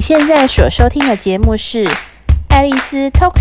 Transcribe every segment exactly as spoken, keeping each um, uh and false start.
现在所收听的节目是爱丽丝 Talk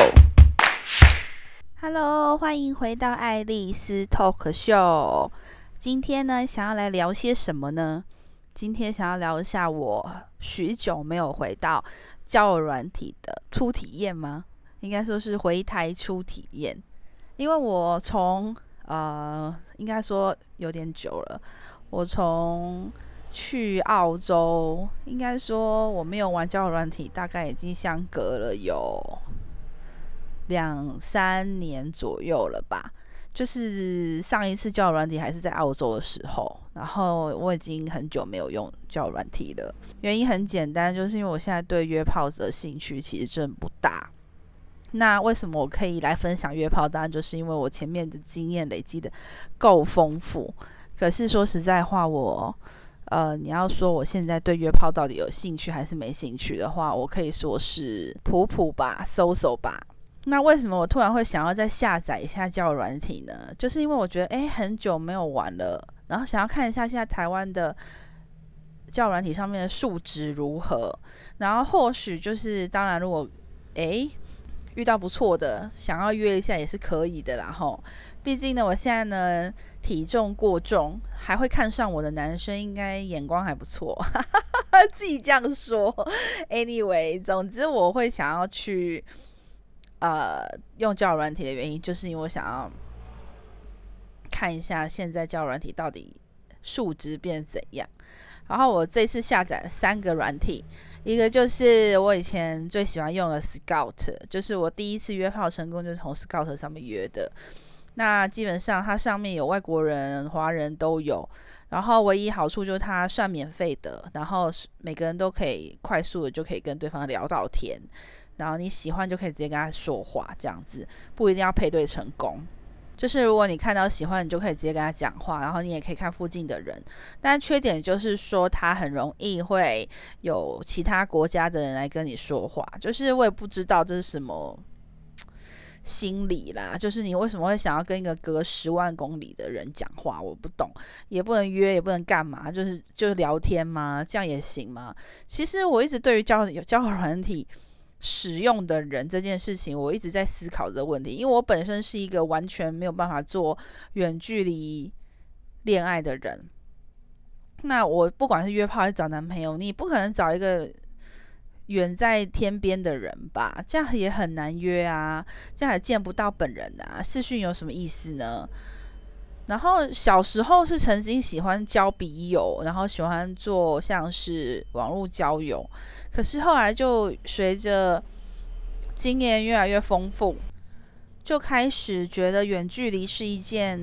Show。Hello， 欢迎回到爱丽丝 Talk Show。今天呢，想要来聊些什么呢？今天想要聊一下我许久没有回到交友软体的初体验吗？应该说是回台初体验，因为我从呃，应该说有点久了，我从去澳洲，应该说我没有玩交友软体，大概已经相隔了有两三年左右了吧。就是上一次交友软体还是在澳洲的时候，然后我已经很久没有用交友软体了。原因很简单，就是因为我现在对约炮的兴趣其实真的不大。那为什么我可以来分享约炮？当然就是因为我前面的经验累积的够丰富。可是说实在话，我呃，你要说我现在对约炮到底有兴趣还是没兴趣的话，我可以说是普普吧，搜搜吧。那为什么我突然会想要再下载一下交友软体呢？就是因为我觉得，哎，很久没有玩了，然后想要看一下现在台湾的交友软体上面的数值如何，然后或许就是当然，如果哎遇到不错的，想要约一下也是可以的啦吼。毕竟呢，我现在呢体重过重，还会看上我的男生，应该眼光还不错，自己这样说。Anyway， 总之我会想要去呃用交友软体的原因，就是因为我想要看一下现在交友软体到底数值变怎样。然后我这次下载了三个软体，一个就是我以前最喜欢用的 Scout， 就是我第一次约炮成功就是从 Scout 上面约的。那基本上它上面有外国人、华人都有，然后唯一好处就是它算免费的，然后每个人都可以快速的就可以跟对方聊到天，然后你喜欢就可以直接跟他说话，这样子不一定要配对成功。就是如果你看到喜欢，你就可以直接跟他讲话，然后你也可以看附近的人。但缺点就是说，他很容易会有其他国家的人来跟你说话。就是我也不知道这是什么心理啦，就是你为什么会想要跟一个隔十万公里的人讲话？我不懂，也不能约，也不能干嘛，就是就是聊天吗？这样也行吗？其实我一直对于交友交友软体使用的人这件事情，我一直在思考这个问题，因为我本身是一个完全没有办法做远距离恋爱的人。那我不管是约炮还是找男朋友，你不可能找一个远在天边的人吧，这样也很难约啊，这样也见不到本人啊，视讯有什么意思呢？然后小时候是曾经喜欢交笔友，然后喜欢做像是网络交友，可是后来就随着经验越来越丰富，就开始觉得远距离是一件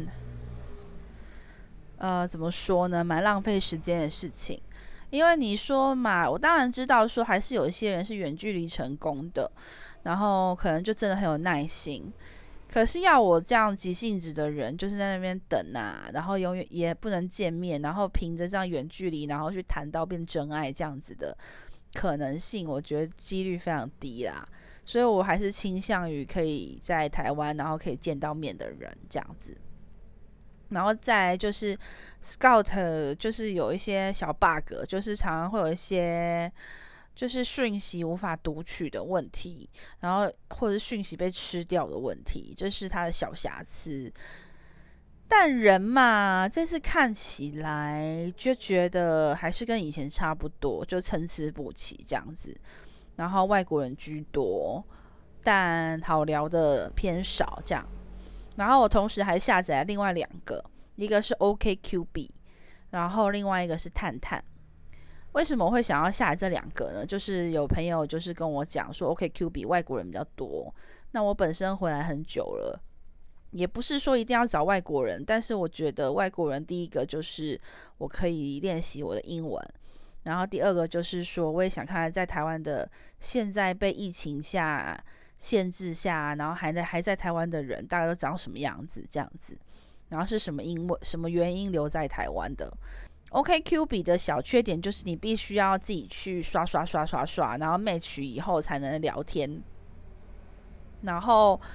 呃怎么说呢，蛮浪费时间的事情。因为你说嘛，我当然知道说还是有一些人是远距离成功的，然后可能就真的很有耐心。可是要我这样急性子的人，就是在那边等啊，然后永远也不能见面，然后凭着这样远距离，然后去谈到变真爱这样子的可能性，我觉得几率非常低啦。所以我还是倾向于可以在台湾，然后可以见到面的人这样子。然后再来就是 Scout， 就是有一些小 bug， 就是常常会有一些就是讯息无法读取的问题，然后或者是讯息被吃掉的问题，这是它的小瑕疵。但人嘛，这次看起来就觉得还是跟以前差不多，就参差不齐这样子。然后外国人居多，但好聊的偏少这样。然后我同时还下载了另外两个，一个是 OkCupid， 然后另外一个是探探。为什么我会想要下载这两个呢？就是有朋友就是跟我讲说 OkCupid 外国人比较多，那我本身回来很久了，也不是说一定要找外国人，但是我觉得外国人第一个就是我可以练习我的英文，然后第二个就是说我也想看看在台湾的现在被疫情下限制下，然后还在还在台湾的人大概都长什么样子这样子，然后是什么因为什么原因留在台湾的。OkCupid 的小缺点就是你必须要自己去刷刷刷刷刷，然后 match 以后才能聊天，然后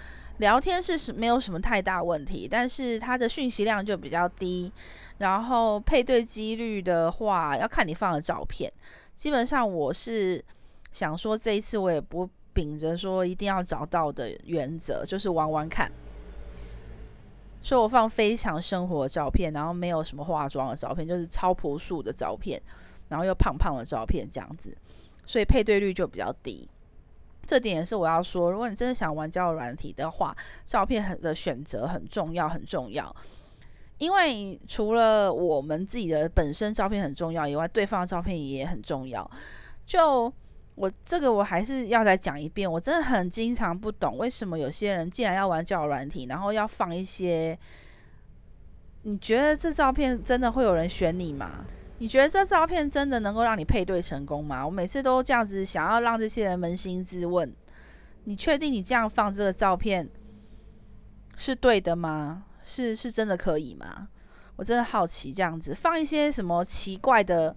聊天是没有什么太大问题，但是它的讯息量就比较低，然后配对几率的话要看你放的照片。基本上我是想说这一次我也不秉着说一定要找到的原则，就是玩玩看。所以我放非常生活的照片，然后没有什么化妆的照片，就是超朴素的照片，然后又胖胖的照片这样子，所以配对率就比较低。这点也是我要说，如果你真的想玩交友软体的话，照片的选择很重要很重要。因为除了我们自己的本身照片很重要以外，对方的照片也很重要。就我这个我还是要再讲一遍，我真的很经常不懂为什么有些人既然要玩交友软体，然后要放一些，你觉得这照片真的会有人选你吗？你觉得这照片真的能够让你配对成功吗？我每次都这样子想要让这些人扪心自问，你确定你这样放这个照片是对的吗？是是真的可以吗？我真的好奇，这样子放一些什么奇怪的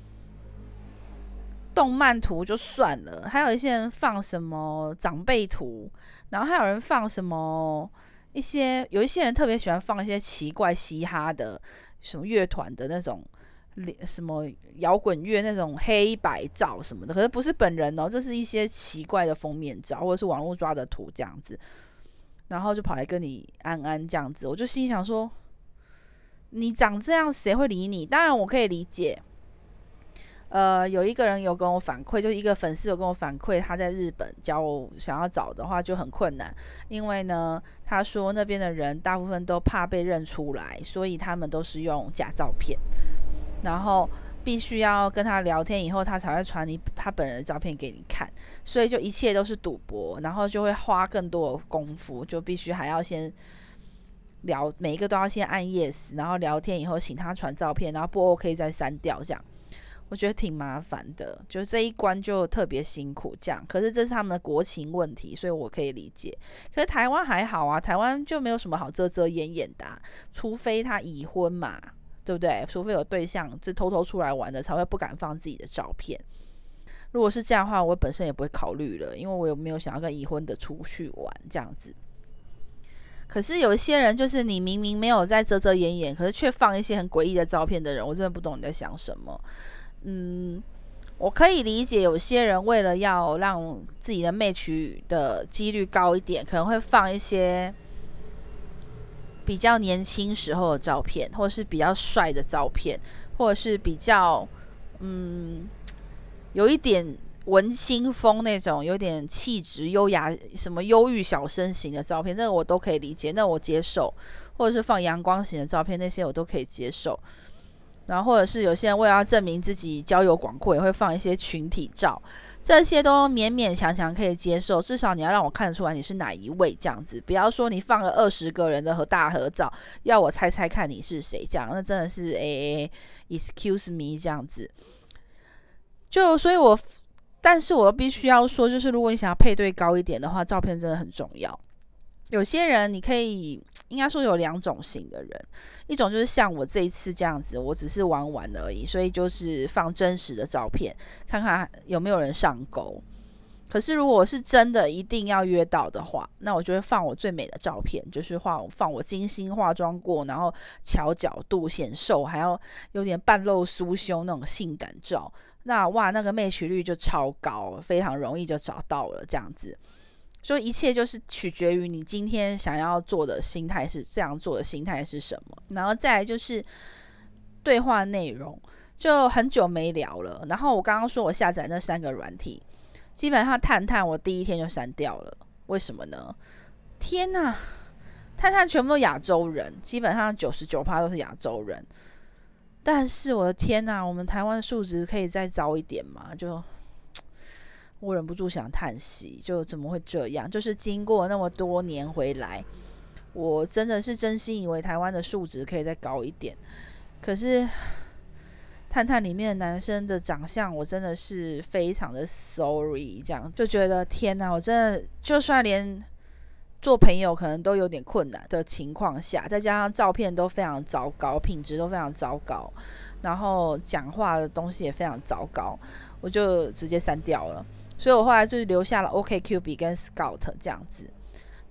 动漫图就算了，还有一些人放什么长辈图，然后还有人放什么一些，有一些人特别喜欢放一些奇怪嘻哈的什么乐团的那种什么摇滚乐那种黑白照什么的，可是不是本人哦，这是一些奇怪的封面照或者是网络抓的图这样子，然后就跑来跟你安安这样子，我就心想说，你长这样谁会理你？当然我可以理解。呃，有一个人有跟我反馈，就是一个粉丝有跟我反馈，他在日本教我想要找的话就很困难，因为呢，他说那边的人大部分都怕被认出来，所以他们都是用假照片，然后必须要跟他聊天以后，他才会传你他本人的照片给你看，所以就一切都是赌博，然后就会花更多的功夫，就必须还要先聊，每一个都要先按 yes， 然后聊天以后请他传照片，然后不 OK 再删掉这样。我觉得挺麻烦的，就这一关就特别辛苦这样。可是这是他们的国情问题，所以我可以理解。可是台湾还好啊，台湾就没有什么好遮遮掩掩的、啊，除非他已婚嘛，对不对？除非有对象，这偷偷出来玩的才会不敢放自己的照片。如果是这样的话，我本身也不会考虑了，因为我有没有想要跟已婚的出去玩这样子。可是有一些人就是你明明没有在遮遮掩掩，可是却放一些很诡异的照片的人，我真的不懂你在想什么。嗯，我可以理解有些人为了要让自己的match的几率高一点，可能会放一些比较年轻时候的照片，或者是比较帅的照片，或者是比较嗯有一点文青风那种，有点气质优雅，什么忧郁小生型的照片，那个我都可以理解，那我接受。或者是放阳光型的照片，那些我都可以接受。然后或者是有些人为了要证明自己交友广阔，也会放一些群体照，这些都勉勉强强可以接受，至少你要让我看得出来你是哪一位这样子，不要说你放了二十个人的和大合照，要我猜猜看你是谁这样，那真的是诶、欸、excuse me 这样子。就所以我，但是我必须要说，就是如果你想要配对高一点的话，照片真的很重要。有些人你可以应该说有两种型的人，一种就是像我这一次这样子，我只是玩玩而已，所以就是放真实的照片，看看有没有人上钩。可是如果我是真的一定要约到的话，那我就会放我最美的照片，就是放放我精心化妆过，然后调角度显瘦，还要有点半露酥胸那种性感照。那哇，那个match率就超高，非常容易就找到了这样子。所以一切就是取决于你今天想要做的心态是这样做的心态是什么，然后再来就是对话内容，就很久没聊了。然后我刚刚说我下载那三个软体，基本上探探我第一天就删掉了，为什么呢？天哪，探探全部都亚洲人，基本上 百分之九十九 都是亚洲人。但是我的天哪，我们台湾的素质可以再糟一点吗？就我忍不住想叹息，就怎么会这样？就是经过那么多年回来，我真的是真心以为台湾的素质可以再高一点。可是探探里面的男生的长相，我真的是非常的 sorry， 这样就觉得天哪，我真的就算连做朋友可能都有点困难的情况下，再加上照片都非常糟糕，品质都非常糟糕，然后讲话的东西也非常糟糕，我就直接删掉了。所以我后来就是留下了 OkCupid 跟 Scout 这样子。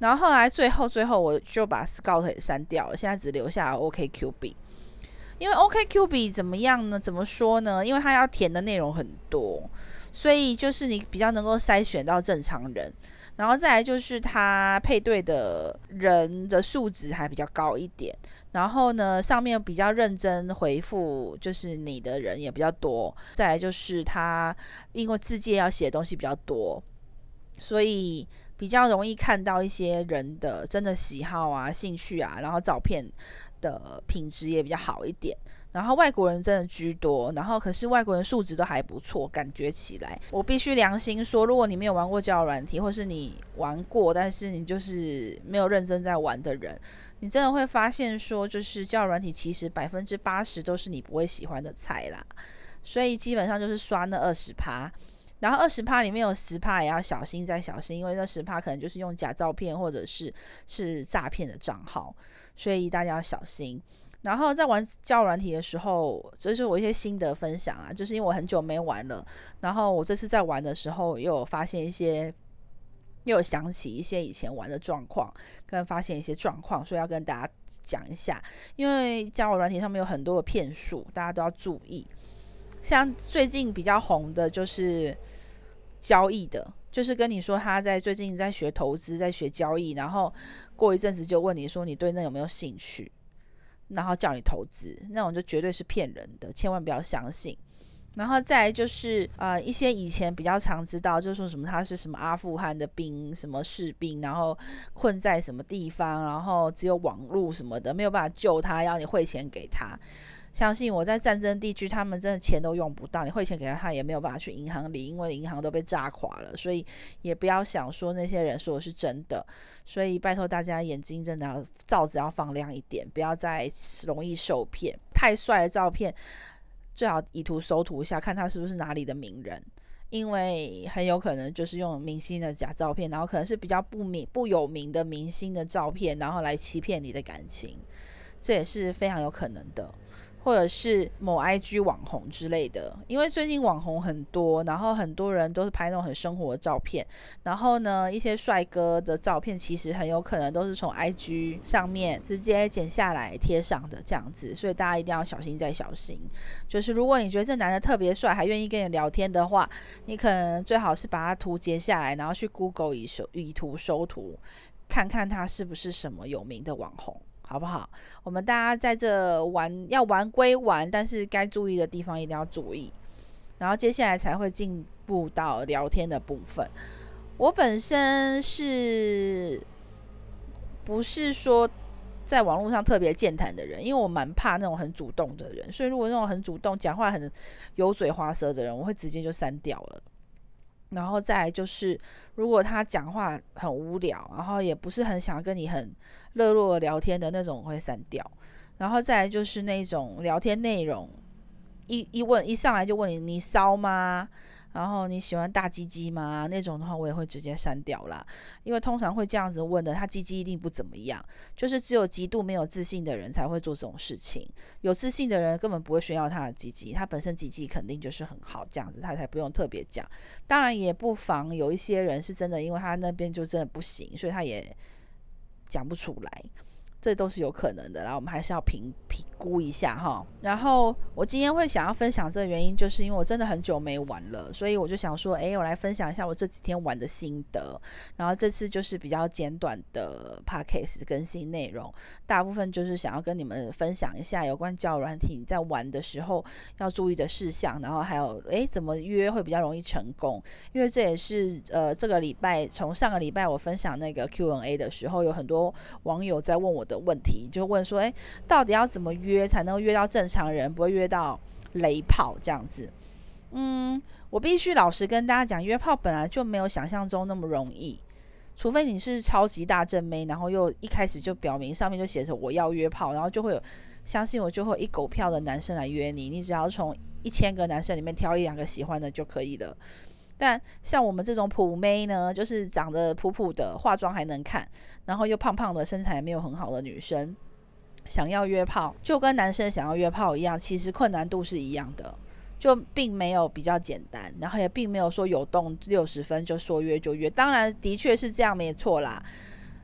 然后后来最后最后我就把 Scout 也删掉了，现在只留下 OKCupid。因为 OKCupid 怎么样呢？怎么说呢？因为它要填的内容很多，所以就是你比较能够筛选到正常人。然后再来就是他配对的人的素质还比较高一点，然后呢上面比较认真回复就是你的人也比较多，再来就是他因为自介要写的东西比较多，所以比较容易看到一些人的真的喜好啊、兴趣啊，然后照片的品质也比较好一点。然后外国人真的居多，然后可是外国人素质都还不错，感觉起来。我必须良心说，如果你没有玩过交友软体，或是你玩过，但是你就是没有认真在玩的人，你真的会发现说，就是交友软体其实百分之八十都是你不会喜欢的菜啦。所以基本上就是刷那二十趴。然后二十趴里面有十趴也要小心再小心，因为那十趴可能就是用假照片或者是是诈骗的账号，所以大家要小心。然后在玩交友软体的时候，这是我一些心得分享啊，就是因为我很久没玩了，然后我这次在玩的时候又有发现一些，又有想起一些以前玩的状况，跟发现一些状况，所以要跟大家讲一下。因为交友软体上面有很多的骗术，大家都要注意。像最近比较红的就是交易的，就是跟你说他在最近在学投资，在学交易，然后过一阵子就问你说你对那有没有兴趣，然后叫你投资，那种就绝对是骗人的，千万不要相信。然后再来就是呃一些以前比较常知道，就是说什么他是什么阿富汗的兵，什么士兵，然后困在什么地方，然后只有网络什么的，没有办法救他，要你汇钱给他。相信我，在战争地区，他们真的钱都用不到，你汇钱给他，他也没有办法去银行里，因为银行都被炸垮了。所以也不要想说那些人说的是真的。所以拜托大家眼睛真的要罩子要放亮一点，不要再容易受骗。太帅的照片最好以图搜图一下，看他是不是哪里的名人，因为很有可能就是用明星的假照片，然后可能是比较不名不有名的明星的照片，然后来欺骗你的感情，这也是非常有可能的。或者是某 I G 网红之类的，因为最近网红很多，然后很多人都是拍那种很生活的照片，然后呢一些帅哥的照片其实很有可能都是从 I G 上面直接剪下来贴上的这样子，所以大家一定要小心再小心。就是如果你觉得这男的特别帅还愿意跟你聊天的话，你可能最好是把他图截下来，然后去 Google 以, 以图搜图，看看他是不是什么有名的网红，好不好？我们大家在这玩要玩归玩，但是该注意的地方一定要注意，然后接下来才会进步到聊天的部分。我本身是不是说在网络上特别健谈的人，因为我蛮怕那种很主动的人，所以如果那种很主动讲话很油嘴滑舌的人，我会直接就删掉了。然后再来就是，如果他讲话很无聊，然后也不是很想跟你很热络的聊天的那种，我会删掉。然后再来就是那种聊天内容，一一问一上来就问你你骚吗？然后你喜欢大鸡鸡吗？那种的话我也会直接删掉啦，因为通常会这样子问的，他鸡鸡一定不怎么样，就是只有极度没有自信的人才会做这种事情，有自信的人根本不会炫耀他的鸡鸡，他本身鸡鸡肯定就是很好，这样子他才不用特别讲。当然也不妨有一些人是真的因为他那边就真的不行，所以他也讲不出来，这都是有可能的，然后我们还是要评评估一下哈。然后我今天会想要分享这个原因，就是因为我真的很久没玩了，所以我就想说，哎，我来分享一下我这几天玩的心得。然后这次就是比较简短的 podcast 更新内容，大部分就是想要跟你们分享一下有关交友软体你在玩的时候要注意的事项，然后还有哎怎么约会比较容易成功。因为这也是呃这个礼拜从上个礼拜我分享那个 Q and A 的时候，有很多网友在问我的问题，就问说，哎，到底要怎么约才能约到正常人，不会约到雷炮这样子？嗯，我必须老实跟大家讲，约炮本来就没有想象中那么容易，除非你是超级大正妹，然后又一开始就表明上面就写着我要约炮，然后就会有相信我就会有一狗票的男生来约你，你只要从一千个男生里面挑一两个喜欢的就可以了。但像我们这种普妹呢，就是长得普普的，化妆还能看，然后又胖胖的，身材没有很好的女生，想要约炮就跟男生想要约炮一样，其实困难度是一样的，就并没有比较简单，然后也并没有说有动六十分就说约就约。当然的确是这样没错啦，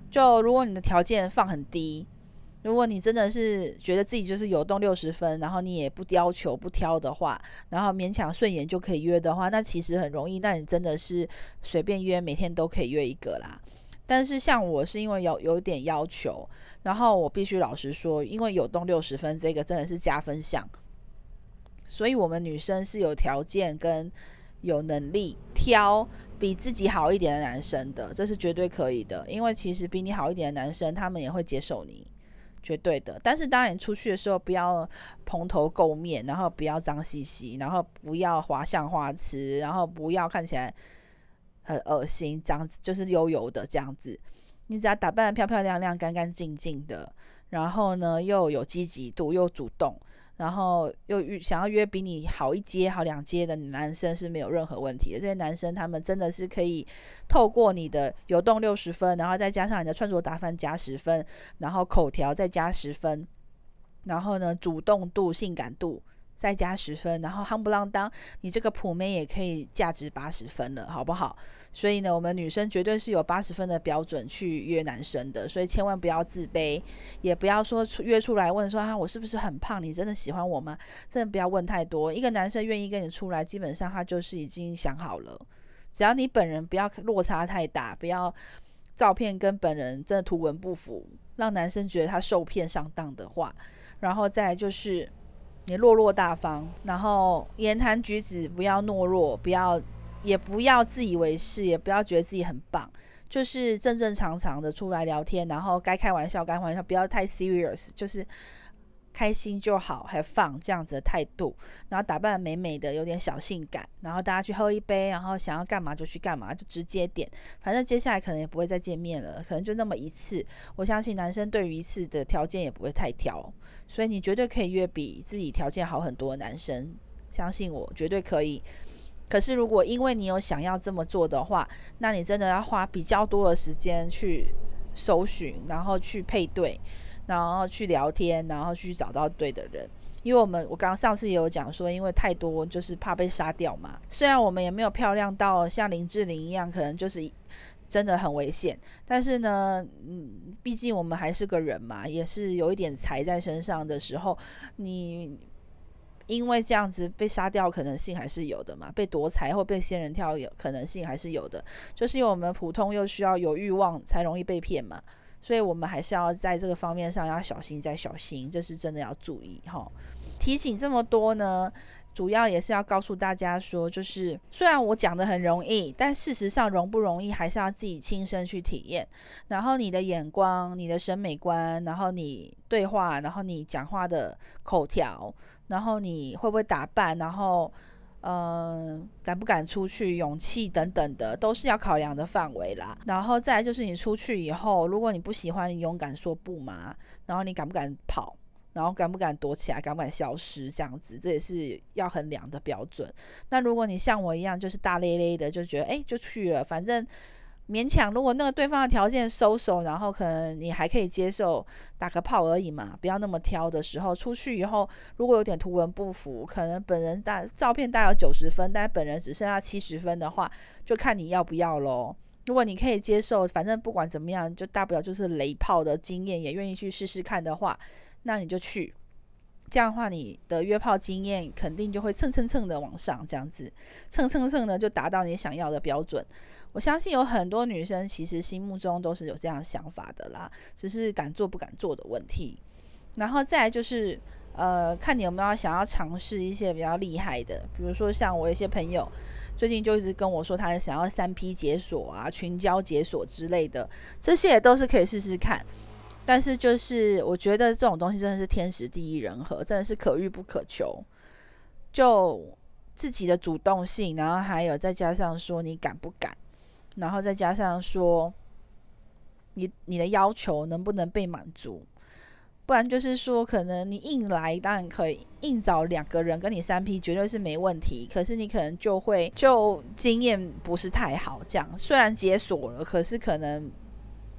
就如果你的条件放很低，如果你真的是觉得自己就是有动六十分，然后你也不要求不挑的话，然后勉强顺眼就可以约的话，那其实很容易，那你真的是随便约，每天都可以约一个啦。但是像我是因为有有点要求，然后我必须老实说，因为有动六十分这个真的是加分项，所以我们女生是有条件跟有能力挑比自己好一点的男生的，这是绝对可以的。因为其实比你好一点的男生，他们也会接受你，绝对的。但是当然你出去的时候不要蓬头垢面，然后不要脏兮兮，然后不要滑向花痴，然后不要看起来很恶心，这样子就是油油的这样子。你只要打扮得漂漂亮亮、干干净净的，然后呢又有积极度，又主动，然后又想要约比你好一阶、好两阶的男生是没有任何问题的。这些男生他们真的是可以透过你的有动六十分，然后再加上你的穿着打扮加十分，然后口条再加十分，然后呢主动度、性感度再加十分，然后夯不啷当，你这个普妹也可以价值八十分了，好不好？所以呢，我们女生绝对是有八十分的标准去约男生的，所以千万不要自卑，也不要说约出来问说啊，我是不是很胖？你真的喜欢我吗？真的不要问太多。一个男生愿意跟你出来，基本上他就是已经想好了，只要你本人不要落差太大，不要照片跟本人真的图文不符，让男生觉得他受骗上当的话，然后再来就是你落落大方，然后言谈举止不要懦弱，不要也不要自以为是，也不要觉得自己很棒，就是正正常常的出来聊天，然后该开玩笑该开玩笑，不要太 serious， 就是开心就好，还放这样子的态度，然后打扮得美美的，有点小性感，然后大家去喝一杯，然后想要干嘛就去干嘛，就直接点，反正接下来可能也不会再见面了，可能就那么一次。我相信男生对于一次的条件也不会太挑，所以你绝对可以约比自己条件好很多的男生，相信我，绝对可以。可是如果因为你有想要这么做的话，那你真的要花比较多的时间去搜寻，然后去配对，然后去聊天，然后去找到对的人。因为我们我刚刚上次也有讲说，因为太多就是怕被杀掉嘛。虽然我们也没有漂亮到像林志玲一样，可能就是真的很危险，但是呢，嗯，毕竟我们还是个人嘛，也是有一点财在身上的时候，你因为这样子被杀掉可能性还是有的嘛，被夺财或被仙人跳有可能性还是有的，就是因为我们普通又需要有欲望才容易被骗嘛，所以我们还是要在这个方面上要小心再小心，这是真的要注意齁。提醒这么多呢，主要也是要告诉大家说，就是虽然我讲的很容易，但事实上容不容易还是要自己亲身去体验。然后你的眼光、你的审美观，然后你对话，然后你讲话的口条，然后你会不会打扮，然后呃，敢不敢出去，勇气等等的，都是要考量的范围啦。然后再来就是你出去以后，如果你不喜欢，你勇敢说不嘛，然后你敢不敢跑，然后敢不敢躲起来，敢不敢消失，这样子，这也是要衡量的标准。那如果你像我一样就是大咧咧的，就觉得哎就去了，反正勉强，如果那个对方的条件收手，然后可能你还可以接受，打个炮而已嘛，不要那么挑的时候，出去以后如果有点图文不符，可能本人大照片大有九十分，但本人只剩下七十分的话，就看你要不要咯。如果你可以接受，反正不管怎么样，就大不了就是雷炮的经验，也愿意去试试看的话，那你就去。这样的话，你的约炮经验肯定就会蹭蹭蹭的往上，这样子蹭蹭蹭的就达到你想要的标准。我相信有很多女生其实心目中都是有这样想法的啦，只是敢做不敢做的问题。然后再来就是呃，看你有没有想要尝试一些比较厉害的，比如说像我一些朋友最近就一直跟我说他想要三 P 解锁啊、群交解锁之类的，这些也都是可以试试看。但是就是我觉得这种东西真的是天时地利人和，真的是可遇不可求。就自己的主动性，然后还有再加上说你敢不敢，然后再加上说你你的要求能不能被满足。不然就是说可能你硬来当然可以，硬找两个人跟你三 P 绝对是没问题，可是你可能就会就经验不是太好，这样虽然解锁了，可是可能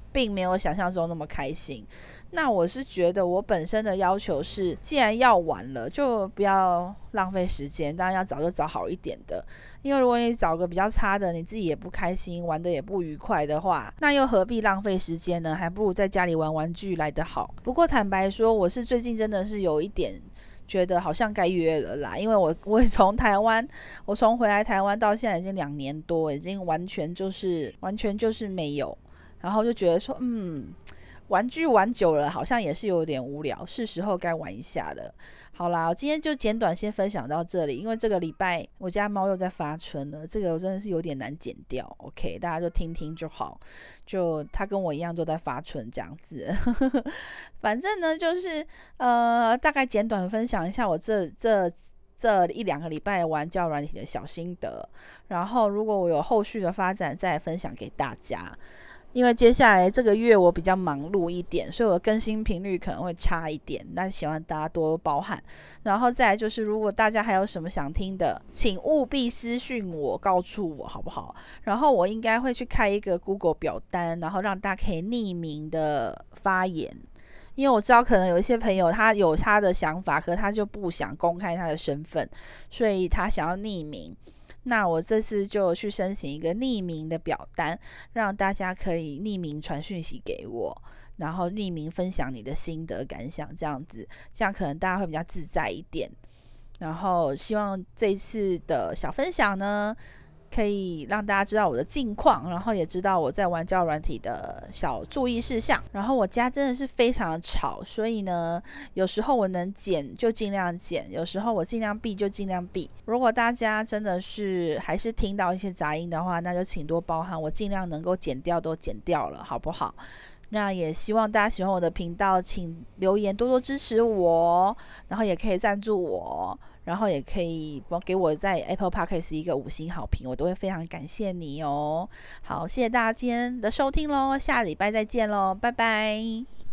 并没有想象中那么开心。那我是觉得我本身的要求是，既然要玩了，就不要浪费时间，当然要找就找好一点的，因为如果你找个比较差的，你自己也不开心，玩的也不愉快的话，那又何必浪费时间呢？还不如在家里玩玩具来得好。不过坦白说，我是最近真的是有一点觉得好像该约了啦，因为我我从台湾，我从回来台湾到现在已经两年多，已经完全就是完全就是没有，然后就觉得说，嗯。玩具玩久了好像也是有点无聊，是时候该玩一下了。好啦，我今天就简短先分享到这里，因为这个礼拜我家猫又在发春了，这个我真的是有点难剪掉 OK， 大家就听听就好，就它跟我一样都在发春这样子反正呢就是呃大概简短分享一下我这这这一两个礼拜玩交友软体的小心得，然后如果我有后续的发展再分享给大家。因为接下来这个月我比较忙碌一点，所以我更新频率可能会差一点，那希望大家多包涵。然后再来就是，如果大家还有什么想听的，请务必私讯我，告诉我好不好？然后我应该会去开一个 Google 表单，然后让大家可以匿名的发言。因为我知道可能有一些朋友他有他的想法，可是他就不想公开他的身份，所以他想要匿名。那我这次就去申请一个匿名的表单，让大家可以匿名传讯息给我，然后匿名分享你的心得感想，这样子，这样可能大家会比较自在一点。然后希望这一次的小分享呢，可以让大家知道我的近况，然后也知道我在玩交友软体的小注意事项。然后我家真的是非常的吵，所以呢有时候我能剪就尽量剪，有时候我尽量避就尽量避。如果大家真的是还是听到一些杂音的话，那就请多包涵，我尽量能够剪掉都剪掉了，好不好？那也希望大家喜欢我的频道，请留言多多支持我，然后也可以赞助我，然后也可以给我在 Apple Podcast 一个五星好评，我都会非常感谢你哦。好，谢谢大家今天的收听咯，下礼拜再见咯，拜拜。